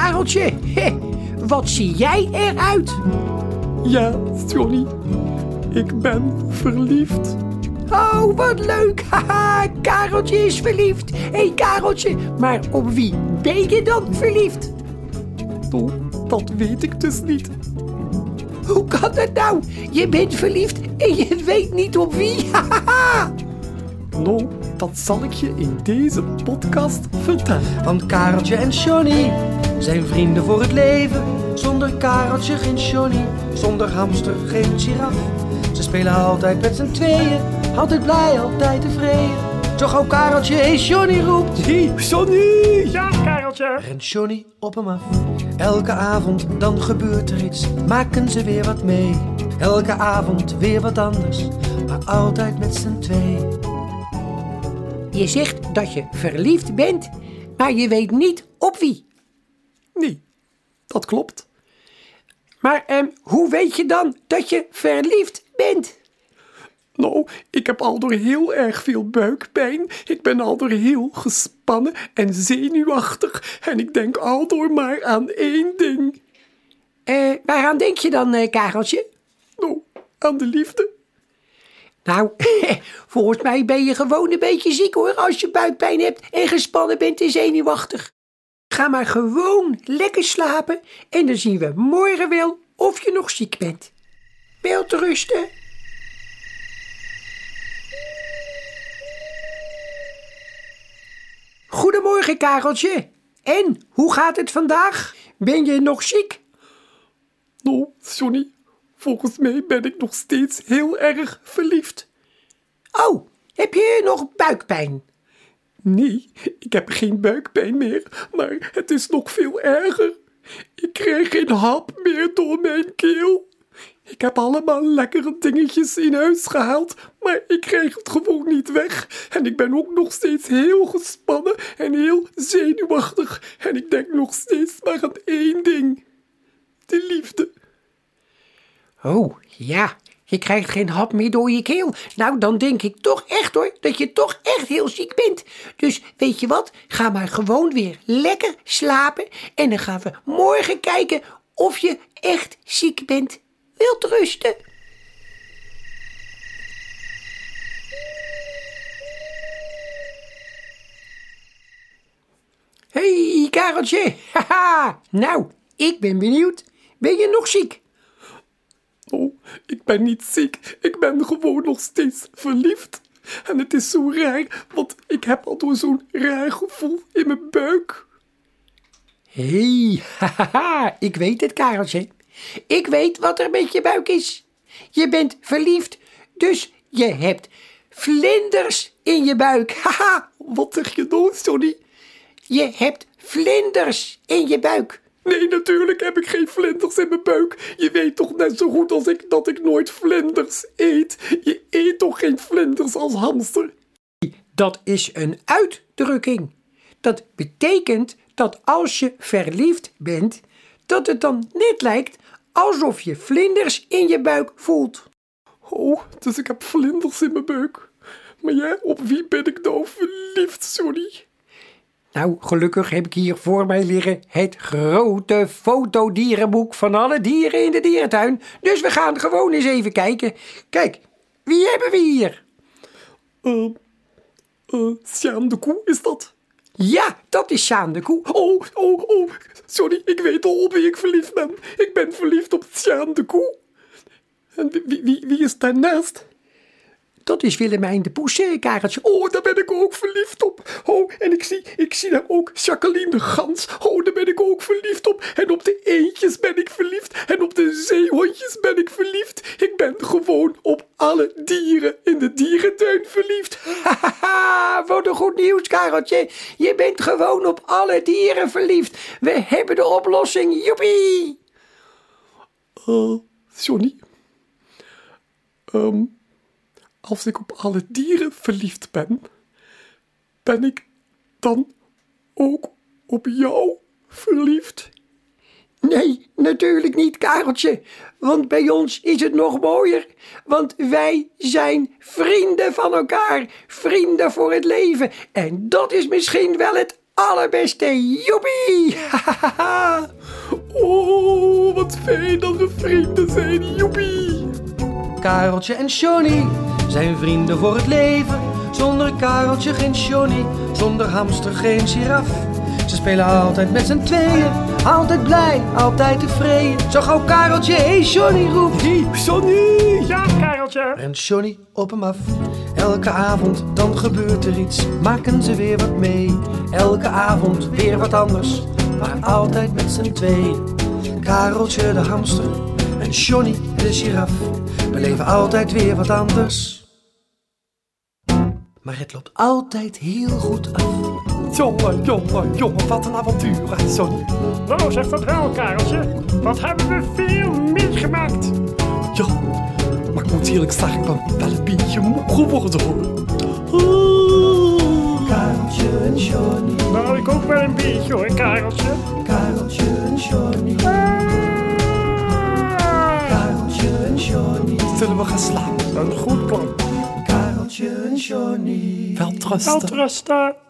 Kareltje, wat zie jij eruit? Ja, Johnny, ik ben verliefd. Oh, wat leuk. Haha, Kareltje is verliefd. Hé, Kareltje, maar op wie ben je dan verliefd? Oh, dat weet ik dus niet. Hoe kan dat nou? Je bent verliefd en je weet niet op wie. Hahaha. Nou, dat zal ik je in deze podcast vertellen. Want Kareltje en Johnny zijn vrienden voor het leven. Zonder Kareltje geen Johnny, zonder hamster geen giraf. Ze spelen altijd met z'n tweeën, altijd blij, altijd tevreden. Zo gauw Kareltje hey Johnny roept, hey Johnny! Ja, Kareltje. Rent Johnny op hem af. Elke avond dan gebeurt er iets, maken ze weer wat mee. Elke avond weer wat anders, maar altijd met z'n tweeën. Je zegt dat je verliefd bent, maar je weet niet op wie. Nee, dat klopt. Maar hoe weet je dan dat je verliefd bent? Nou, ik heb al door heel erg veel buikpijn. Ik ben al door heel gespannen en zenuwachtig. En ik denk al door maar aan één ding. Waaraan denk je dan, Kareltje? Nou, aan de liefde. Nou, volgens mij ben je gewoon een beetje ziek hoor, als je buikpijn hebt en gespannen bent en zenuwachtig. Ga maar gewoon lekker slapen en dan zien we morgen wel of je nog ziek bent. Wel te rusten. Goedemorgen, Kareltje. En, hoe gaat het vandaag? Ben je nog ziek? Nou, Johnny, volgens mij ben ik nog steeds heel erg verliefd. Oh, heb je nog buikpijn? Nee, ik heb geen buikpijn meer, maar het is nog veel erger. Ik krijg geen hap meer door mijn keel. Ik heb allemaal lekkere dingetjes in huis gehaald, maar ik krijg het gewoon niet weg. En ik ben ook nog steeds heel gespannen en heel zenuwachtig. En ik denk nog steeds maar aan één ding. De liefde. Oh, ja, je krijgt geen hap meer door je keel. Nou, dan denk ik toch echt hoor, dat je toch echt heel ziek bent. Dus weet je wat, ga maar gewoon weer lekker slapen. En dan gaan we morgen kijken of je echt ziek bent. Wilt rusten? Hey, Kareltje. Haha. Nou, ik ben benieuwd. Ben je nog ziek? Oh, ik ben niet ziek. Ik ben gewoon nog steeds verliefd. En het is zo raar, want ik heb al door zo'n raar gevoel in mijn buik. Hé, haha, ik weet het, Kareltje. Ik weet wat er met je buik is. Je bent verliefd, dus je hebt vlinders in je buik. Haha, Wat zeg je nou, Johnny? je hebt vlinders in je buik. Nee, natuurlijk heb ik geen vlinders in mijn buik. Je weet toch net zo goed als ik dat ik nooit vlinders eet. Je eet toch geen vlinders als hamster? Dat is een uitdrukking. Dat betekent dat als je verliefd bent, dat het dan net lijkt alsof je vlinders in je buik voelt. Oh, dus ik heb vlinders in mijn buik. Maar ja, op wie ben ik nou verliefd, Johnny? Nou, gelukkig heb ik hier voor mij liggen het grote fotodierenboek van alle dieren in de dierentuin. Dus we gaan gewoon eens even kijken. Kijk, wie hebben we hier? Sjaan de koe, is dat? Ja, dat is Sjaan de koe. Oh, sorry, ik weet al op wie ik verliefd ben. Ik ben verliefd op Sjaan de koe. En wie is daarnaast? Dat is Willemijn de poes, Kareltje. Oh, daar ben ik ook verliefd op. Oh, en ik zie daar ook Jacqueline de gans. Oh, daar ben ik ook verliefd op. En op de eendjes ben ik verliefd. En op de zeehondjes ben ik verliefd. Ik ben gewoon op alle dieren in de dierentuin verliefd. Haha, wat een goed nieuws, Kareltje. Je bent gewoon op alle dieren verliefd. We hebben de oplossing, joepie. Johnny. Als ik op alle dieren verliefd ben ik dan ook op jou verliefd? Nee, natuurlijk niet, Kareltje. Want bij ons is het nog mooier. Want wij zijn vrienden van elkaar. Vrienden voor het leven. En dat is misschien wel het allerbeste. Joepie! Oh, wat fijn dat we vrienden zijn, joepie! Kareltje en Johnny zijn vrienden voor het leven. Zonder Kareltje geen Johnny, zonder hamster geen giraf. Ze spelen altijd met z'n tweeën, altijd blij, altijd tevreden. Zo gauw Kareltje, hey Johnny roept, Hey, Johnny! Ja, Kareltje. rent Johnny op hem af. Elke avond dan gebeurt er iets, maken ze weer wat mee. Elke avond weer wat anders, maar altijd met z'n tweeën. Kareltje de hamster en Johnny de giraf beleven altijd weer wat anders. Maar het loopt altijd heel goed af. Jongen, wat een avontuur, hè, Johnny. Nou, zeg dat wel, Kareltje. Wat hebben we veel meegemaakt. Ja, maar ik moet eerlijk zeggen, ik ben wel een beetje moe geworden, hoor. Kareltje en Johnny, Nou, ik ook wel een beetje hoor, Kareltje. Kareltje en Johnny, Kareltje en Johnny, Zullen we gaan slapen? Een goed plan. Kareltje en Johnny. Wel trusten. Welterusten.